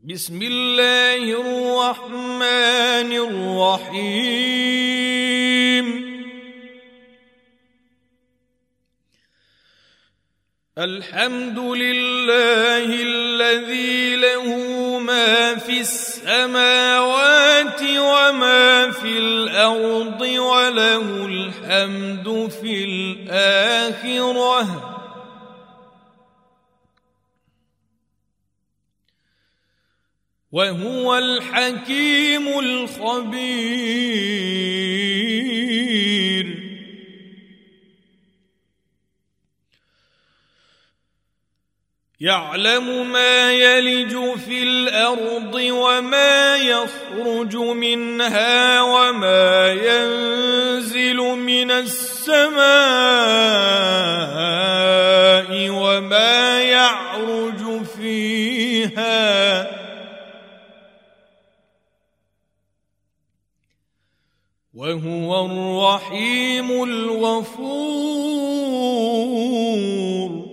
بسم الله الرحمن الرحيم. الحمد لله الذي له ما في السماوات وما في الأرض وله الحمد في الآخرة وهو الحكيم الخبير. يعلم ما يلج في الأرض وما يخرج منها وما ينزل من السماء وما يعرج فيها وهو الرحيم الغفور.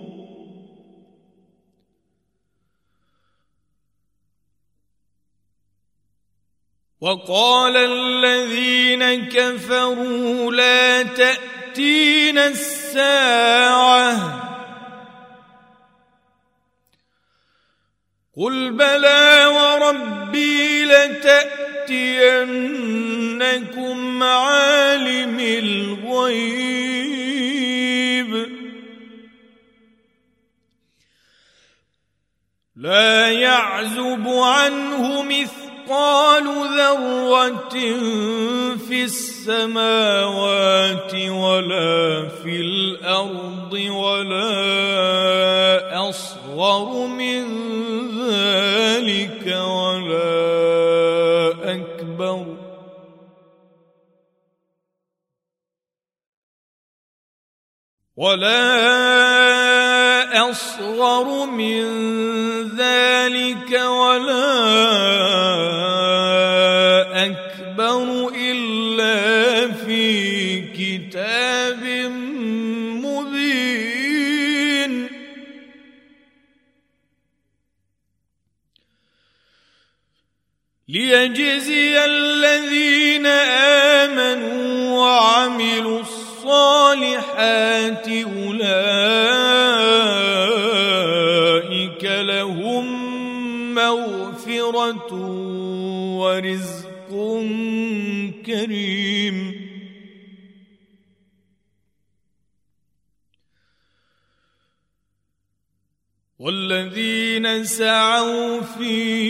وقال الذين كفروا لا تأتينا الساعة قل بلى وربي لتأتينكم عالم الغيب لا يعزب عنه مثقال ذرة في السماوات ولا في الأرض ولا أصغر من ذلك ولا أصغر من ذلك ولا أكبر إلا في كتاب مبين. ليجزي الذين آمنوا وعملوا الصالحات أولئك لهم مغفرة ورزق كريم. والذين سعوا في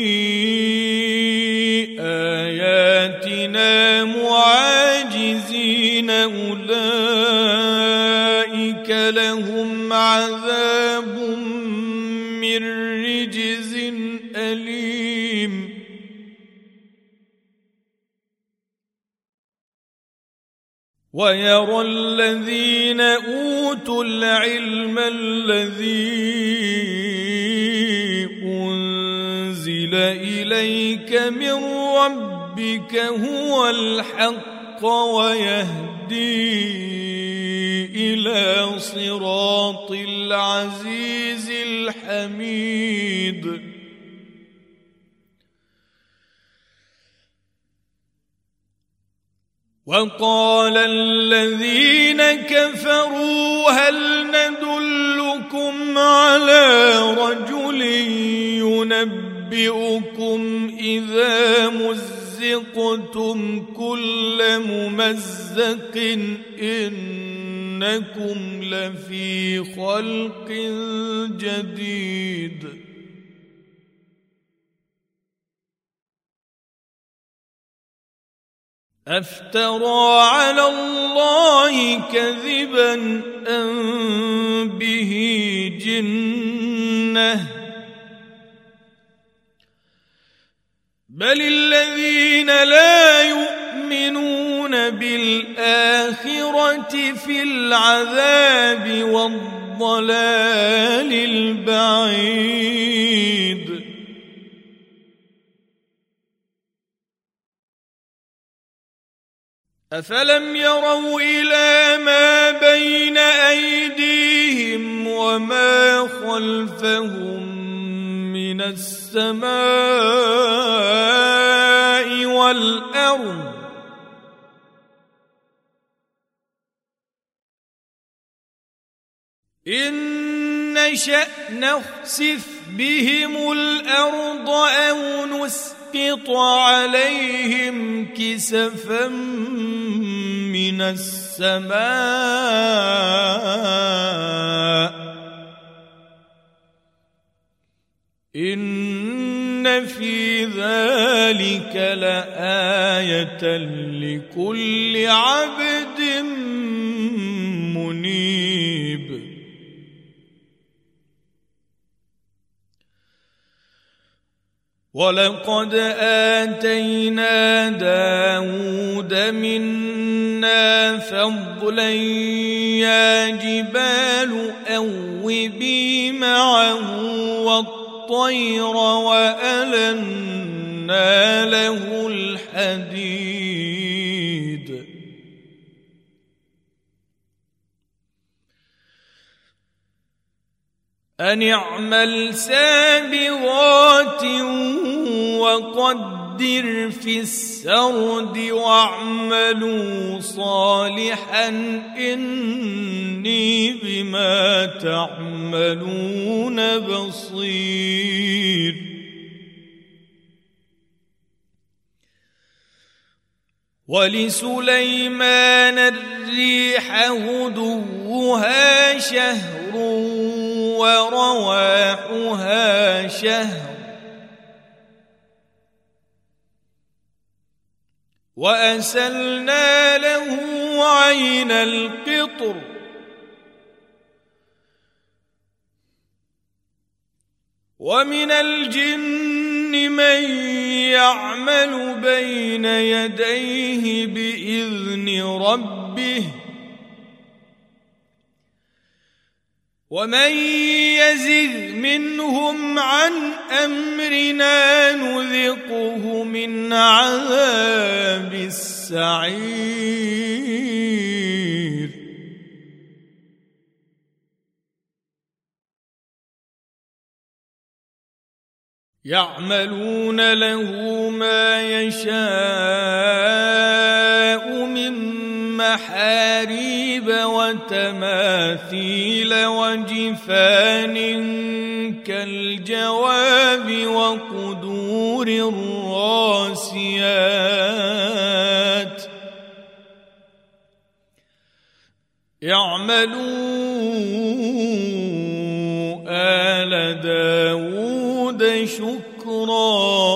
آياتنا معاجزين أولئك لهم عذاب من رجز أليم. ويرى الذين أوتوا العلم الذي أنزل إليك من ربك هو الحق ويهدي إلى صراط العزيز الحميد. وقال الذين كفروا هل ندلكم على رجل ينبئكم إذا مزقتم كل ممزق إنكم لفي خلق جديد. أفترى على الله كذبا أم به جنة بل الذين لا يؤمنون بالآخرة في العذاب والضلال البعيد. أفلم يروا إلى ما بين أيديهم وما خلفهم من من السماء والأرض إن نشأ نخسف بهم الأرض أو نسقط عليهم كسفا من السماء إن في ذلك لآية لكل عبد منيب ولقد آتينا داود منا فضلا يا جبال أوبي معه والطير وألنا له الحديد أن اعمل سابغات وقدر في السرد واعملوا صالحا إني بما تعملون بصير ولسليمان الريح غدوها شهر ورواحها شهر وأسلنا له عين القطر ومن الجن من يعمل بين يديه بإذن ربه ومن يزغ منهم عن أمرنا نذقه من عذاب السعير يعملون له ما يشاء من محاريب وتماثيل وجفان كالجواب وقدور الراسيات يعملوا آل داود شكرا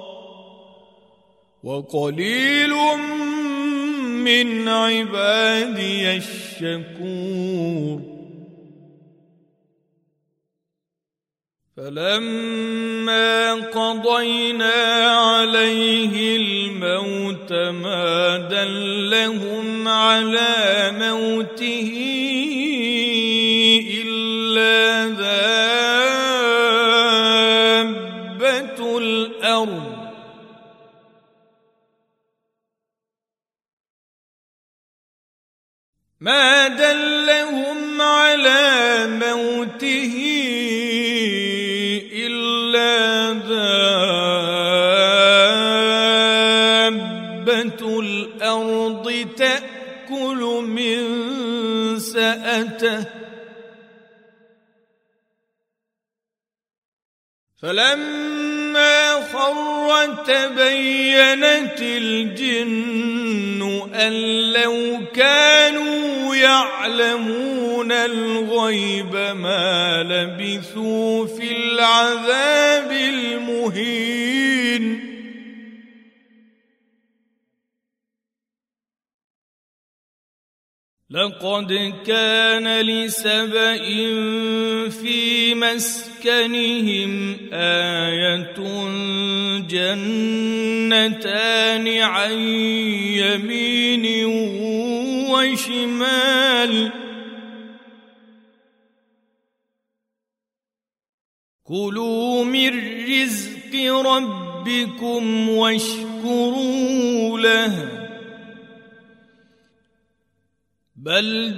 وقليل من عبادي الشكور فلما قضينا عليه الموت ما دلهم على موته إلا دابة الأرض ما دلهم على موته إلا دابة الأرض تأكل من سأته فلما خر تبينت الجن أن لو كانوا يعلمون الغيب ما لبثوا في العذاب المهين لقد كان لسبإ في مسكنهم آية جنتان عن يمين وشمال كلوا من رزق ربكم واشكروا له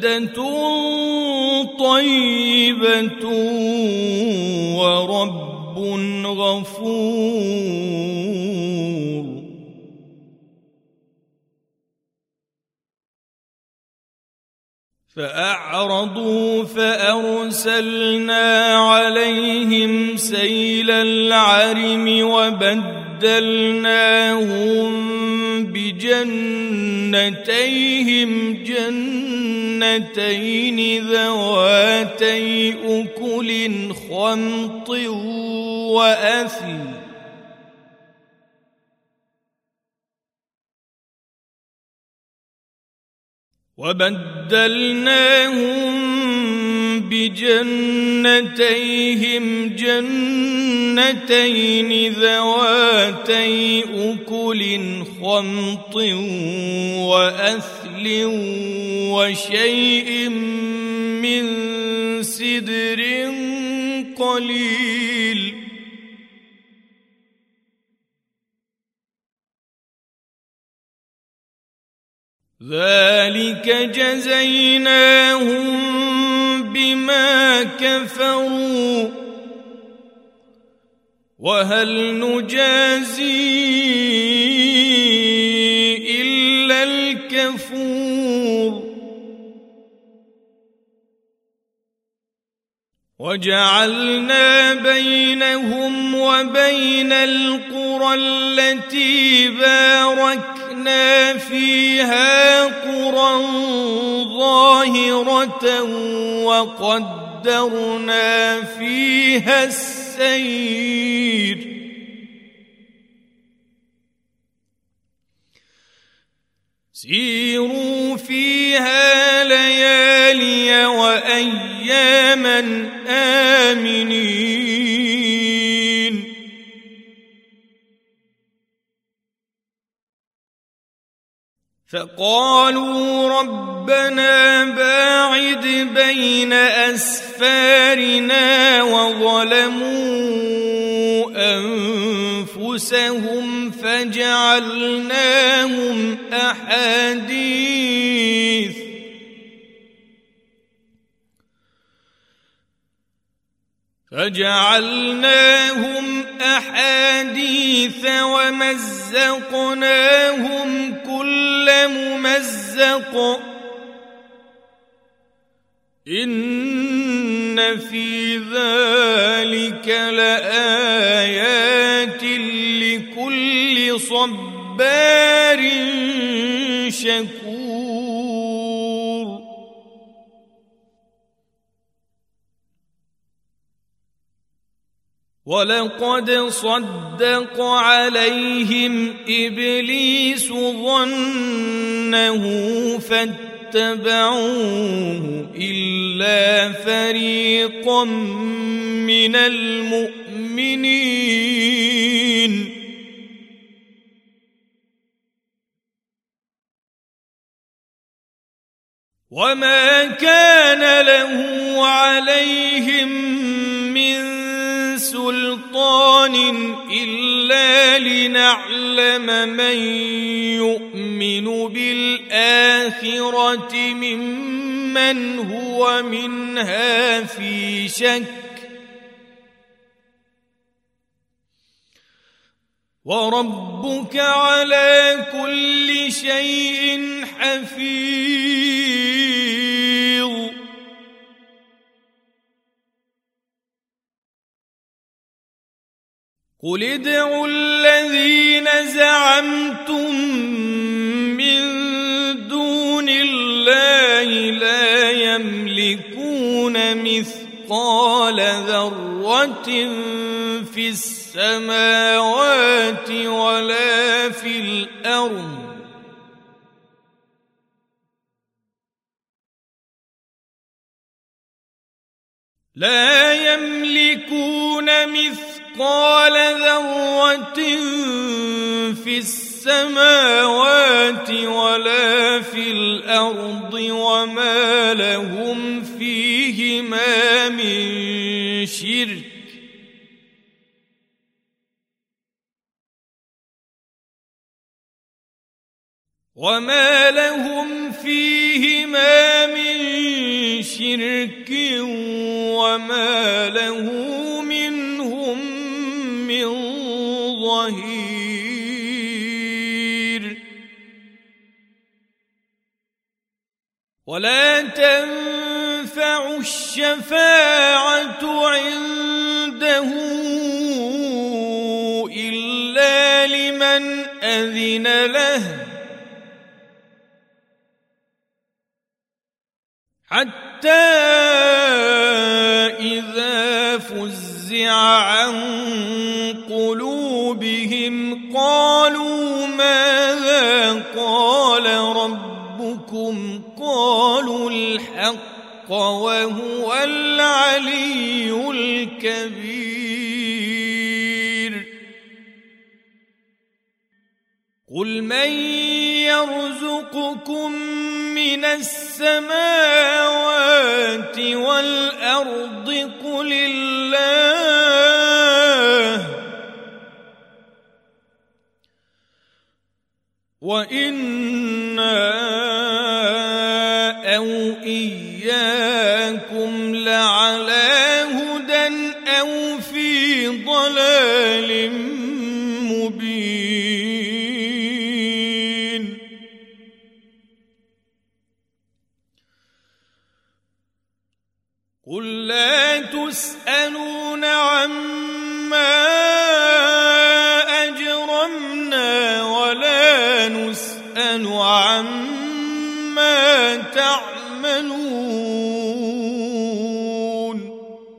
بلدة طيبة ورب رب غفور. فأعرضوا فأرسلنا عليهم سيل العرم وبدلناهم بجنتيهم جنتين ذواتي أكل خمط وأثل جنتين ذواتي أكل خمط وأثل وشيء من سدر قليل. ذلك جزيناهم بما كفروا وهل نجازي إلا الكفور. وجعلنا بينهم وبين القرى التي باركنا فيها قرى ظاهرة وقدرنا فيها السير. سيروا فيها ليالي وأياما آمنين. فقالوا ربنا باعد بين أسفارنا وظلموا أنفسهم فجعلناهم أحاديث ومزقناهم كل ممزق إن في ذلك لآيات لكل صبار شكور. ولقد صدق عليهم إبليس ظنه فاتبعوه إلا فريقا من المؤمنين. وما كان له عليهم من سلطان إلا لنعلم من يؤمن بالآخرة ممن هو منها في شك. وربك على كل شيء حفيظ. قل ادعوا الذين زعمتم من دون الله لا يملكون مثقال ذرة في السماوات ولا في الأرض لا يملكون مثقال ذرة في السماوات ولا في الأرض وما لهم فيهما من شرك وما لهم فيهما من شرك وما له منهم ظهير ولا تنفع الشفاعة عنده إلا لمن أذن له حتى إذا فزع عن قلوبهم قالوا ماذا قال ربكم قالوا الحق وهو العلي الكبير قل من يرزقكم من السماوات والأرض قل الله وإنا أو إياكم لعلى هدى أو في ضلال مبين قل لا تسألون عما أجرمنا ولا نسأل عما تعملون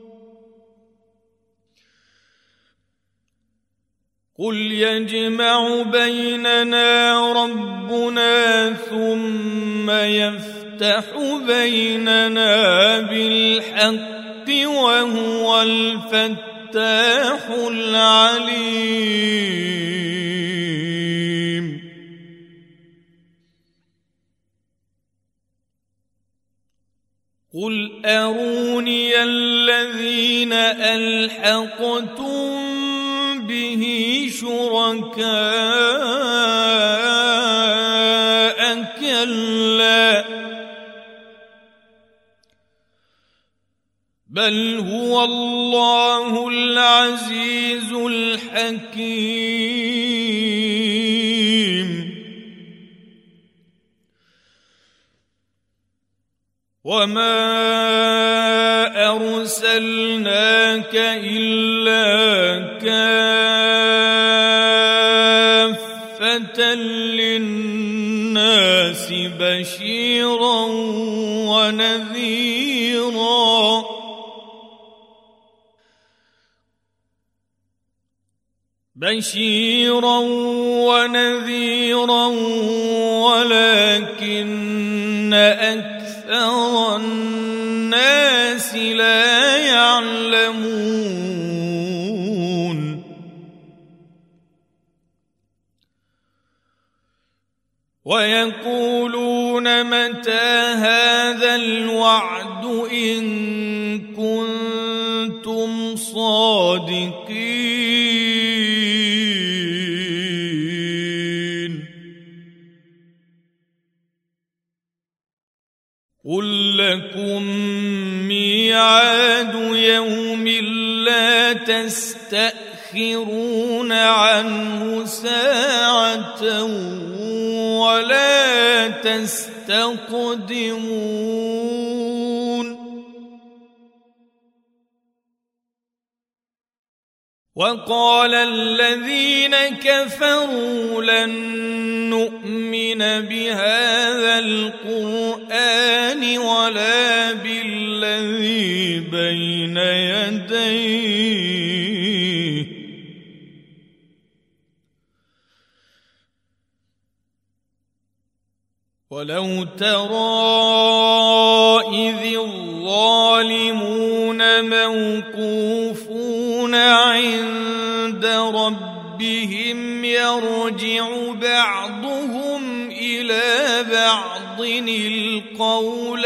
قل يجمع بيننا ربنا ثم يفتح بيننا بالحق وهو الفتاح العليم قل أروني الذين ألحقتم به شركاء كلا بل هو الله العزيز الحكيم وما أرسلناك إلا كافة للناس بشيرا ونذيرا ولكن أكثر الناس لا يعلمون ويقولون متى هذا الوعد إن كنتم صادقين قل لكم ميعاد يوم لا تستأخرون عنه ساعة ولا تستقدمون وقال الذين كفروا لن نؤمن بهذا القرآن ولا بالذي بين يديه ولو ترى إذ الظالمون موقوفون عند ربهم يرجع بعضهم إلى بعض القول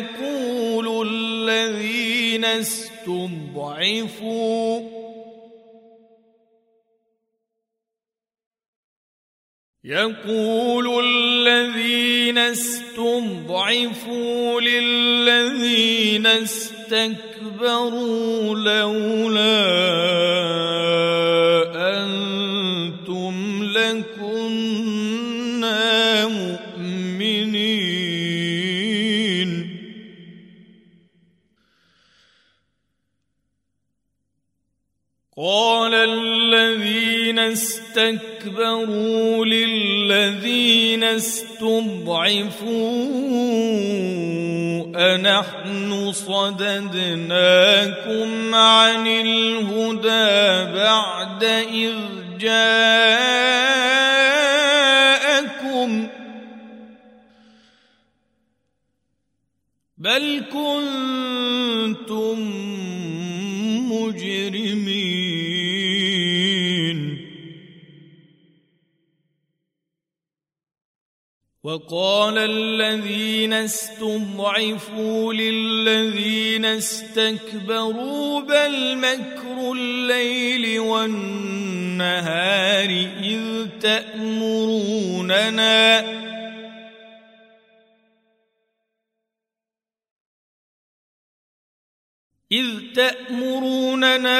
يقول الذين استضعفوا للذين استكبروا لولا لكنا مؤمنين قال الذين استكبروا للذين استضعفوا أنحن صددناكم عن الهدى بعد إذ جاءكم بل كنتم مجرمين وقال الذين استضعفوا للذين استكبروا بل مكر الليل والنهار إذ تأمروننا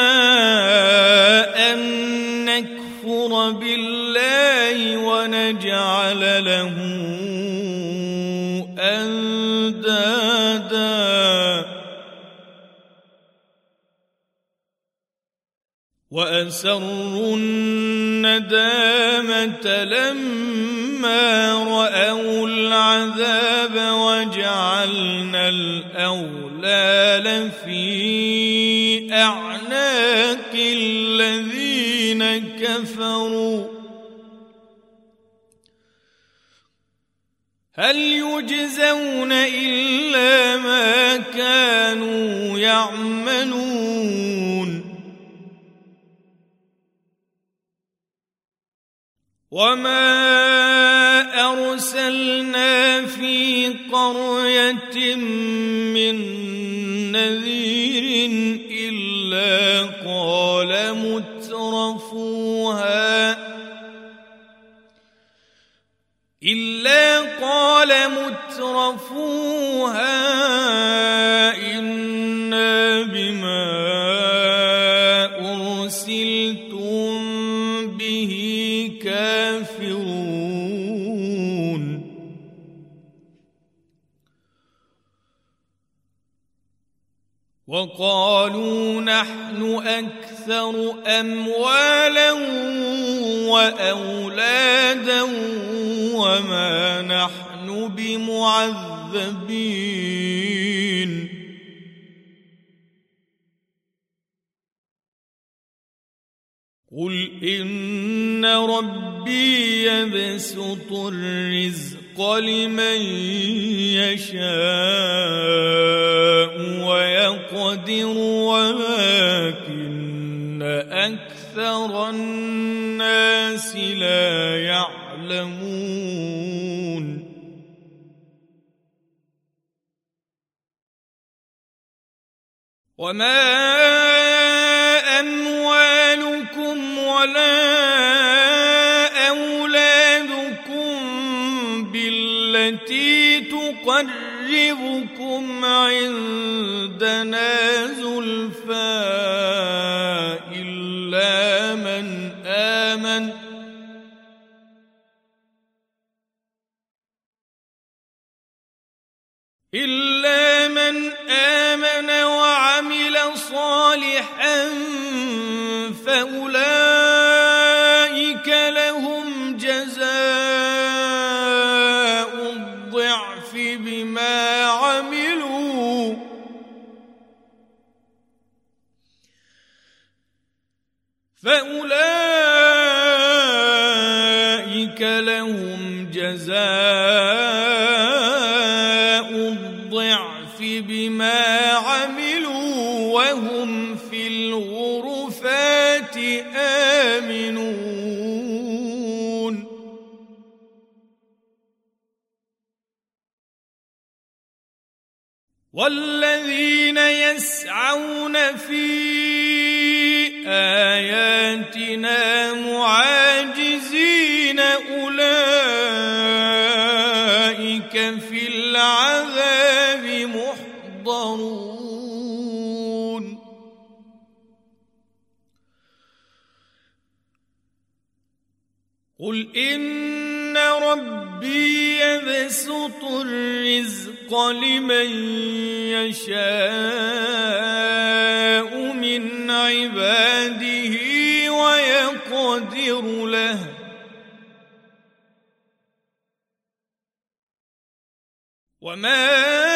أن نكفر بالله ونجعل له أندادا وأسروا الندامة لما رأوا العذاب وجعلنا الأغلال في أعناق الذين كفروا هل يجزون إلا ما كانوا يعملون وما أرسلنا في قرية من نذير إلا قال مترفوها إنا بما أرسلتم به كافرون وقالوا نحن أكثر أموالا وأولادا وما نحن بمعذبين قل إن ربي يبسط الرزق لمن يشاء ويقدر ولكن أكثر الناس لا يعلمون وما أموالكم ولا أولادكم بالتي تقربكم عندنا زلفى إلا من آمن وعمل صالحا فأولئك لهم جزاء الضعف بما عملوا وهم في الغرفات آمنون والذين يسعون في آياتنا معاجزين أولئك في العذاب محضرون قل إن ربي يبسط الرزق لمن يشاء من عباده ويقدر له وما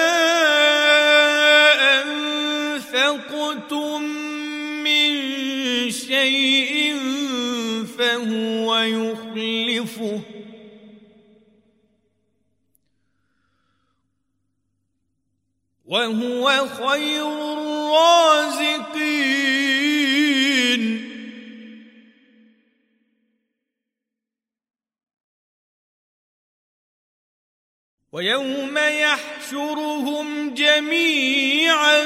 أنفقتم من شيء فهو يخلفه وهو خير الرازقين ويوم يحشرهم جميعا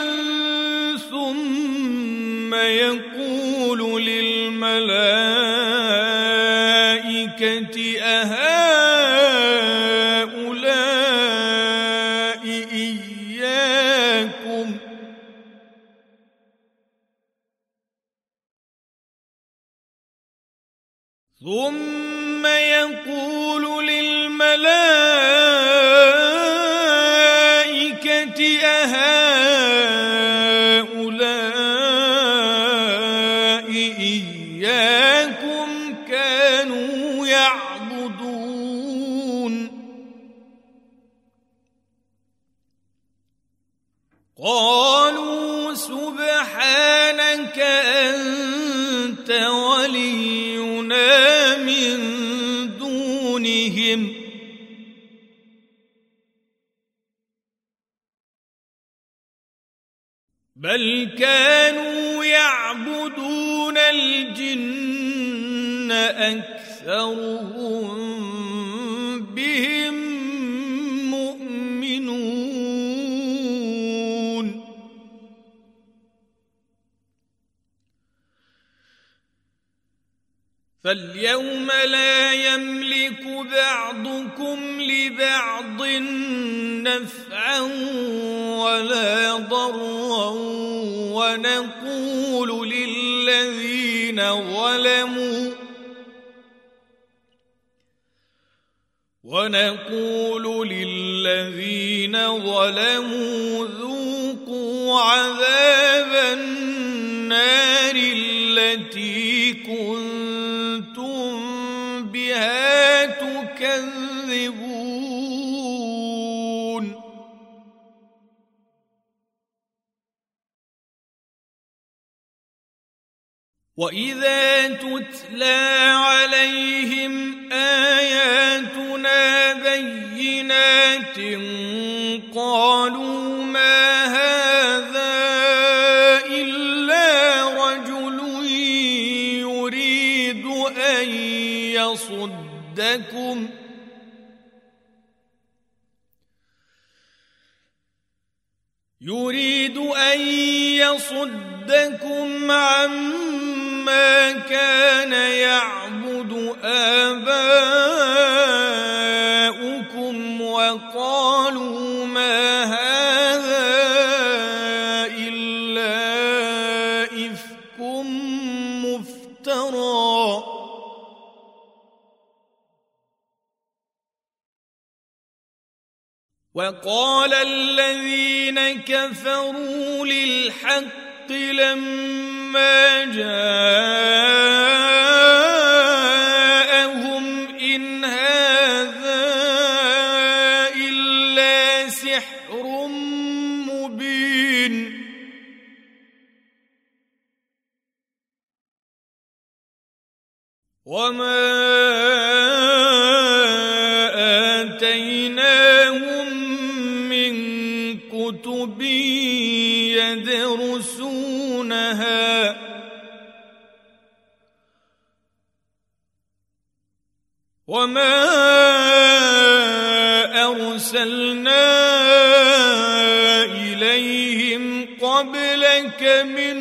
ثم يقول للملائكة أهؤلاء إياكم ثم يقول للملائكة أهؤلاء إياكم كانوا يعبدون قالوا سبحانك أنت ولينا من دونهم بل كانوا يعبدون الجن أكثرهم بهم مؤمنون فاليوم لا يملك بعضكم لبعض نفعا ولا ضرا ونقول للذين ظلموا ذوقوا عذاب النار التي كنتم بها تكذبون وإذا تتلى عليهم آياتنا بينات قالوا ما هذا إلا رجل يريد أن يصدكم عما كان يعبد آباؤكم وقالوا ما هذا إلا إفك مفترى وقال الذين كفروا للحق لما جاءهم إن هذا إلا سحر مبين وما آتيناهم من كتب يدرسونها وما أرسلنا إليهم قبلك من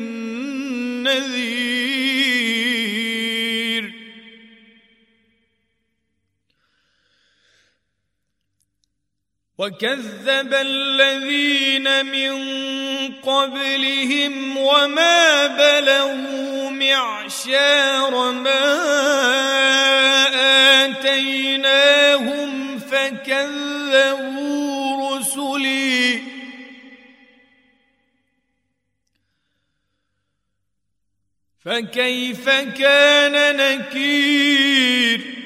نذير وكذب الذين من قبلهم وما بلغوا معشار ما فكيف كان نكير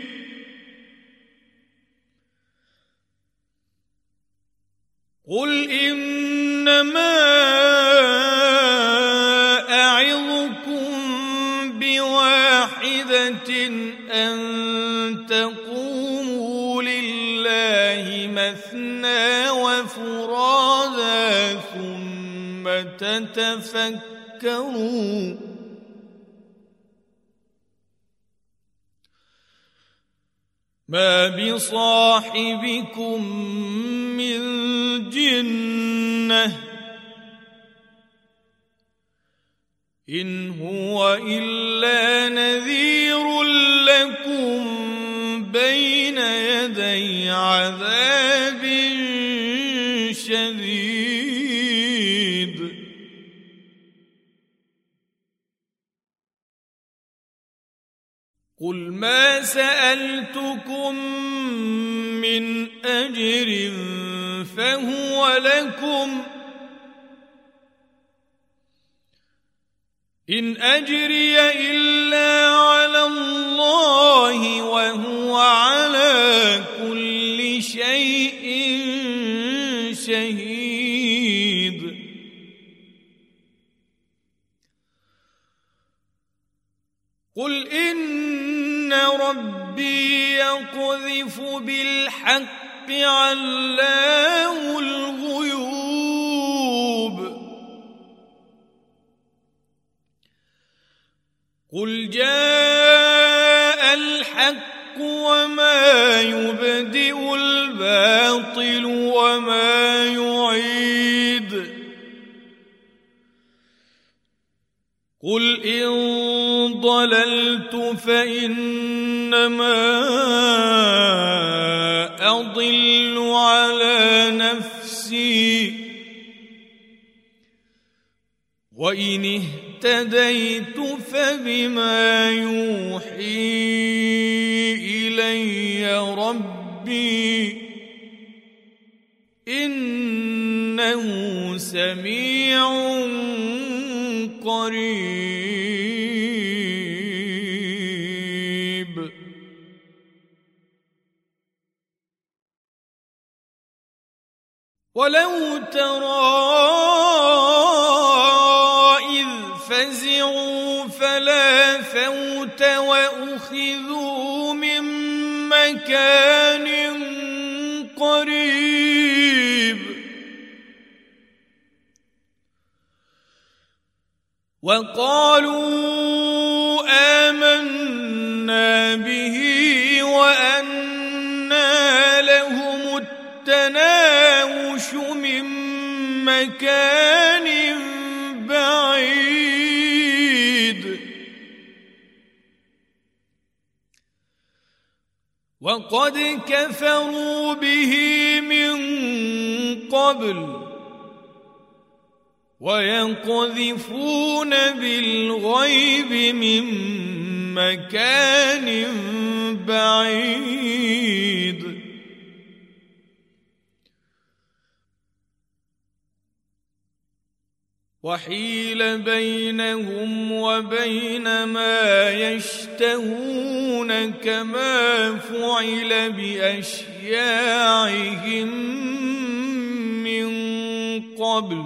قل إنما أعظكم بواحدة أن تقوموا لله مثنى وفرادا ثم تتفكروا ما بصاحبكم من جنة إن هو إلا نذير لكم بين يدي عذاب شديد قل ما سألتكم من أجر فهو لكم إن أجري إلا على الله وهو على كل شيء شهيد قل إن ربي يقذف بالحق علام الغيوب قل جاء الحق وما يبدئ الباطل وما يعيد قل إن ضللت فإنما أضل على نفسي وإن اهتديت فبما يوحي إلي ربي إنه سميع قريب ولو ترى إذ فزعوا فلا فوت وأخذوا من مكان قريب وقالوا آمنا به وأنى لهم التناوش من مكان بعيد وقد كفروا به من قبل ويقذفون بالغيب من مكان بعيد وحيل بينهم وبين ما يشتهون كما فعل بأشياعهم من قبل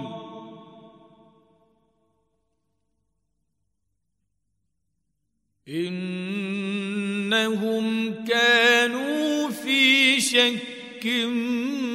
إنهم كانوا في شك